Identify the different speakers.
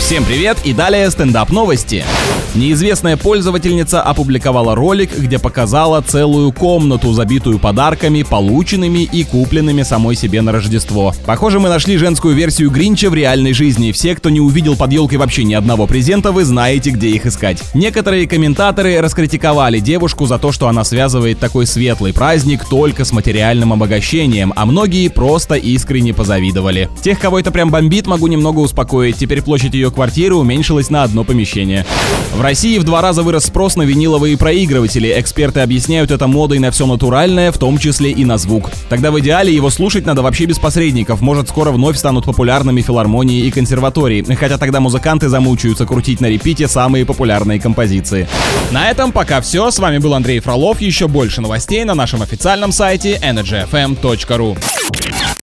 Speaker 1: Всем привет и далее стендап-новости. Неизвестная пользовательница опубликовала ролик, где показала целую комнату, забитую подарками, полученными и купленными самой себе на Рождество. Похоже, мы нашли женскую версию Гринча в реальной жизни. Все, кто не увидел под елкой вообще ни одного презента, вы знаете, где их искать. Некоторые комментаторы раскритиковали девушку за то, что она связывает такой светлый праздник только с материальным обогащением, а многие просто искренне позавидовали. Тех, кого это прям бомбит, могу немного успокоить. Теперь площадь ее квартиры уменьшилась на одно помещение. В России в 2 раза вырос спрос на виниловые проигрыватели. Эксперты объясняют это модой на все натуральное, в том числе и на звук. Тогда в идеале его слушать надо вообще без посредников. Может, скоро вновь станут популярными филармонии и консерватории. Хотя тогда музыканты замучаются крутить на репите самые популярные композиции. На этом пока все. С вами был Андрей Фролов. Еще больше новостей на нашем официальном сайте energyfm.ru.